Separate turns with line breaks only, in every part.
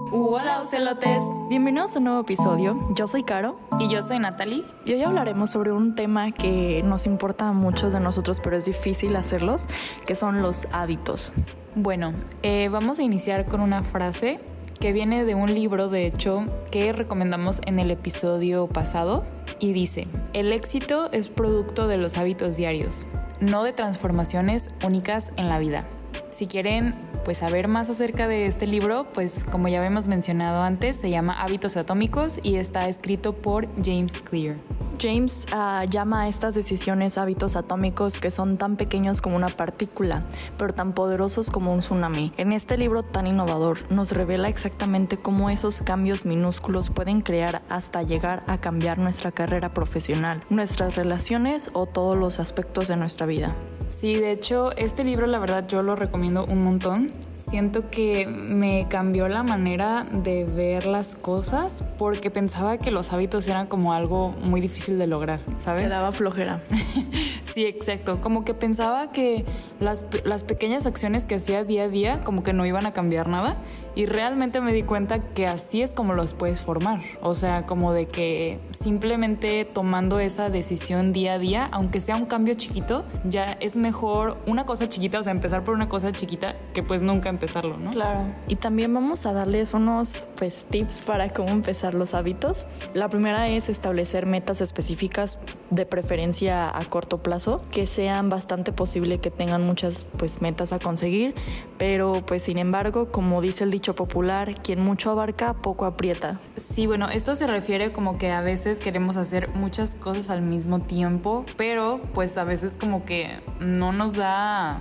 Hola, ocelotes.
Bienvenidos a un nuevo episodio. Yo soy Caro.
Y yo soy Natalie.
Y hoy hablaremos sobre un tema que nos importa a muchos de nosotros, pero es difícil hacerlos, que son los hábitos.
Bueno, vamos a iniciar con una frase que viene de un libro, de hecho, que recomendamos en el episodio pasado. Y dice, el éxito es producto de los hábitos diarios, no de transformaciones únicas en la vida. Si quieren saber más acerca de este libro, pues como ya habíamos mencionado antes, se llama Hábitos Atómicos y está escrito por James Clear.
James llama a estas decisiones hábitos atómicos que son tan pequeños como una partícula, pero tan poderosos como un tsunami. En este libro tan innovador nos revela exactamente cómo esos cambios minúsculos pueden crear hasta llegar a cambiar nuestra carrera profesional, nuestras relaciones o todos los aspectos de nuestra vida.
Sí, de hecho, este libro la verdad yo lo recomiendo un montón. Siento que me cambió la manera de ver las cosas porque pensaba que los hábitos eran como algo muy difícil de lograr, ¿sabes?
Te daba flojera.
Sí, exacto. Como que pensaba que las pequeñas acciones que hacía día a día como que no iban a cambiar nada y realmente me di cuenta que así es como los puedes formar. O sea, como de que simplemente tomando esa decisión día a día, aunque sea un cambio chiquito, ya es mejor una cosa chiquita, o sea, empezar por una cosa chiquita que pues nunca empezarlo, ¿no?
Claro. Y también vamos a darles unos tips para cómo empezar los hábitos. La primera es establecer metas específicas, de preferencia a corto plazo, que sean bastante posible que tengan muchas metas a conseguir, pero sin embargo, como dice el dicho popular, quien mucho abarca, poco aprieta.
Sí, bueno, esto se refiere como que a veces queremos hacer muchas cosas al mismo tiempo, pero a veces como que no nos da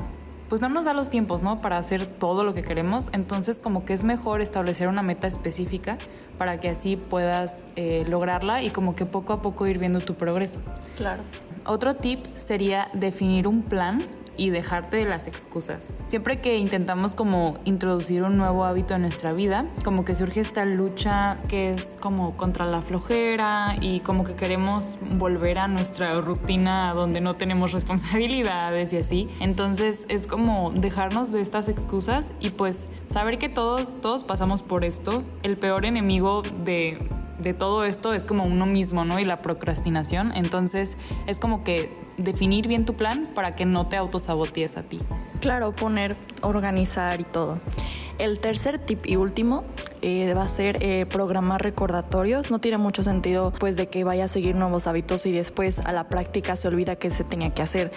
los tiempos, ¿no? Para hacer todo lo que queremos. Entonces, como que es mejor establecer una meta específica para que así puedas lograrla y como que poco a poco ir viendo tu progreso.
Claro.
Otro tip sería definir un plan y dejarte de las excusas. Siempre que intentamos como introducir un nuevo hábito en nuestra vida, como que surge esta lucha que es como contra la flojera y como que queremos volver a nuestra rutina donde no tenemos responsabilidades y así. Entonces es como dejarnos de estas excusas y saber que todos pasamos por esto. El peor enemigo de todo esto es como uno mismo, ¿no? Y la procrastinación. Entonces es como que definir bien tu plan para que no te autosabotees a ti.
Claro, organizar y todo. El tercer tip y último va a ser programar recordatorios. No tiene mucho sentido de que vaya a seguir nuevos hábitos y después a la práctica se olvida que se tenía que hacer.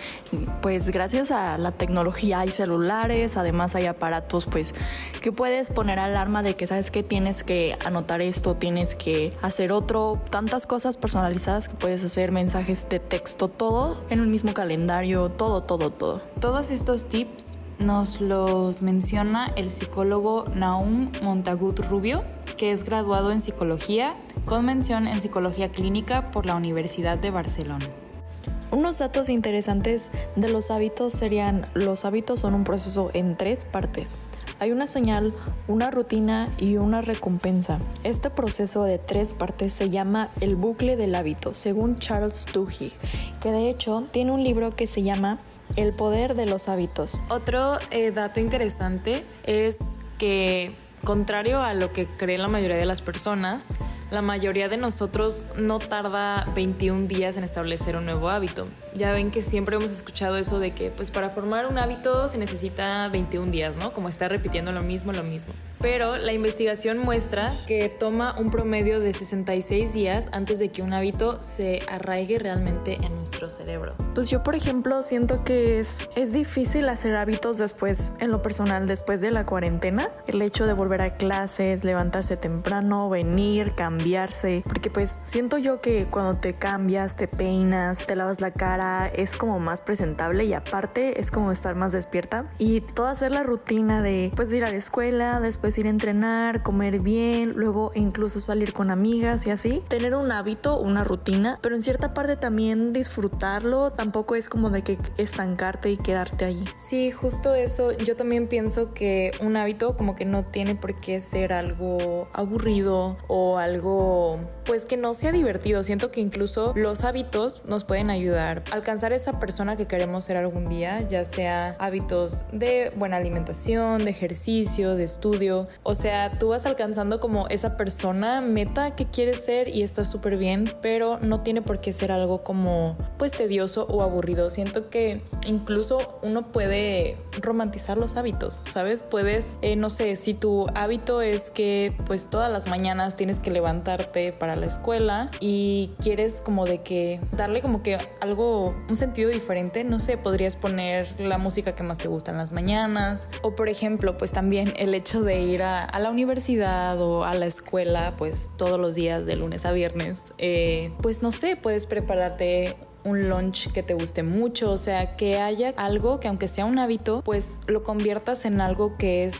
Gracias a la tecnología hay celulares, además hay aparatos que puedes poner alarma de que sabes que tienes que anotar esto, tienes que hacer otro, tantas cosas personalizadas que puedes hacer, mensajes de texto, todo en un mismo calendario, todo.
Todos estos tips nos los menciona el psicólogo Naum Montagut Rubio, que es graduado en psicología con mención en psicología clínica por la Universidad de Barcelona.
Unos datos interesantes de los hábitos serían: los hábitos son un proceso en 3 partes. Hay una señal, una rutina y una recompensa. Este proceso de 3 partes se llama el bucle del hábito, según Charles Duhigg, que de hecho tiene un libro que se llama El poder de los hábitos.
Otro dato interesante es que, contrario a lo que creen la mayoría de las personas, la mayoría de nosotros no tarda 21 días en establecer un nuevo hábito. Ya ven que siempre hemos escuchado eso de que para formar un hábito se necesita 21 días, ¿no? Como estar repitiendo lo mismo. Pero la investigación muestra que toma un promedio de 66 días antes de que un hábito se arraigue realmente en nuestro cerebro.
Yo, por ejemplo, siento que es difícil hacer hábitos después, en lo personal, después de la cuarentena. El hecho de volver a clases, levantarse temprano, venir, cambiarse, porque siento yo que cuando te cambias, te peinas, te lavas la cara, es como más presentable y aparte es como estar más despierta y todo hacer la rutina de ir a la escuela, después ir a entrenar, comer bien, luego incluso salir con amigas y así, tener un hábito, una rutina, pero en cierta parte también disfrutarlo. Tampoco es como de que estancarte y quedarte ahí.
Sí, justo eso. Yo también pienso que un hábito como que no tiene por qué ser algo aburrido o algo que no sea divertido. Siento que incluso los hábitos nos pueden ayudar a alcanzar esa persona que queremos ser algún día, ya sea hábitos de buena alimentación, de ejercicio, de estudio, rápido. O sea, tú vas alcanzando como esa persona meta que quieres ser y está súper bien, pero no tiene por qué ser algo como pues tedioso o aburrido. Siento que incluso uno puede romantizar los hábitos, ¿sabes? Puedes, no sé, si tu hábito es que pues todas las mañanas tienes que levantarte para la escuela y quieres como de que darle como que algo, un sentido diferente, no sé, podrías poner la música que más te gusta en las mañanas. O por ejemplo, pues también el hecho de ir a la universidad o a la escuela pues todos los días de lunes a viernes, pues no sé, puedes prepararte un lunch que te guste mucho, o sea, que haya algo que aunque sea un hábito, pues lo conviertas en algo que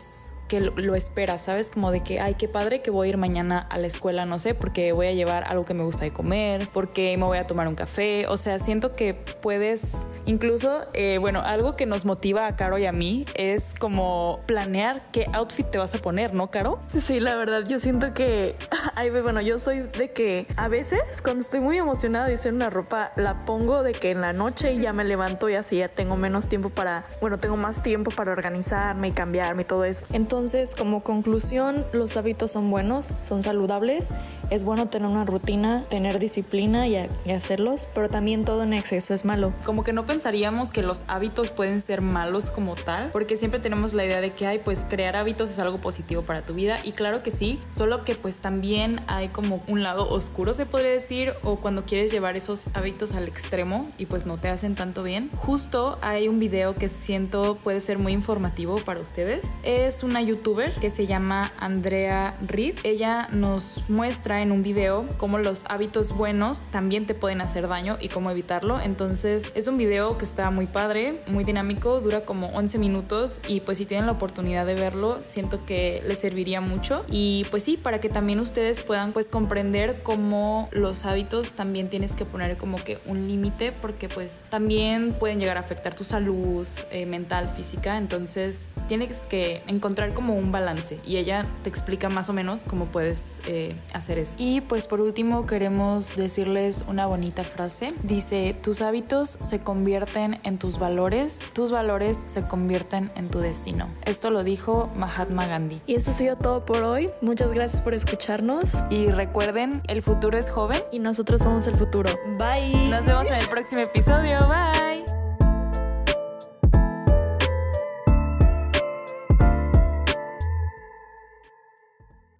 lo esperas, ¿sabes? Como de que, ay, qué padre que voy a ir mañana a la escuela, no sé, porque voy a llevar algo que me gusta de comer, porque me voy a tomar un café. O sea, siento que puedes, incluso, bueno, algo que nos motiva a Caro y a mí es como planear qué outfit te vas a poner, ¿no, Caro?
Sí, la verdad, yo siento que, bueno, yo soy de que a veces cuando estoy muy emocionada de hacer una ropa, la pongo de que en la noche y ya me levanto y así ya tengo menos tiempo tengo más tiempo para organizarme y cambiarme y todo eso. Entonces, como conclusión, los hábitos son buenos, son saludables. Es bueno tener una rutina, tener disciplina y hacerlos, pero también todo en exceso es malo.
Como que no pensaríamos que los hábitos pueden ser malos como tal, porque siempre tenemos la idea de que, pues crear hábitos es algo positivo para tu vida, y claro que sí, solo que pues también hay como un lado oscuro, se podría decir, o cuando quieres llevar esos hábitos al extremo y pues no te hacen tanto bien. Justo hay un video que siento puede ser muy informativo para ustedes. Es una youtuber que se llama Andrea Reed. Ella nos muestra en un video cómo los hábitos buenos también te pueden hacer daño y cómo evitarlo. Entonces es un video que está muy padre, muy dinámico, dura como 11 minutos y pues si tienen la oportunidad de verlo, siento que les serviría mucho. Y pues sí, para que también ustedes puedan pues comprender cómo los hábitos también tienes que poner como que un límite, porque pues también pueden llegar a afectar tu salud mental, física. Entonces tienes que encontrar como un balance y ella te explica más o menos cómo puedes hacer esto. Y pues por último queremos decirles una bonita frase. Dice: tus hábitos se convierten en tus valores se convierten en tu destino. Esto lo dijo Mahatma Gandhi.
Y esto ha sido todo por hoy. Muchas gracias por escucharnos.
Y recuerden, el futuro es joven
y nosotros somos el futuro. Bye.
Nos vemos en el próximo episodio. Bye.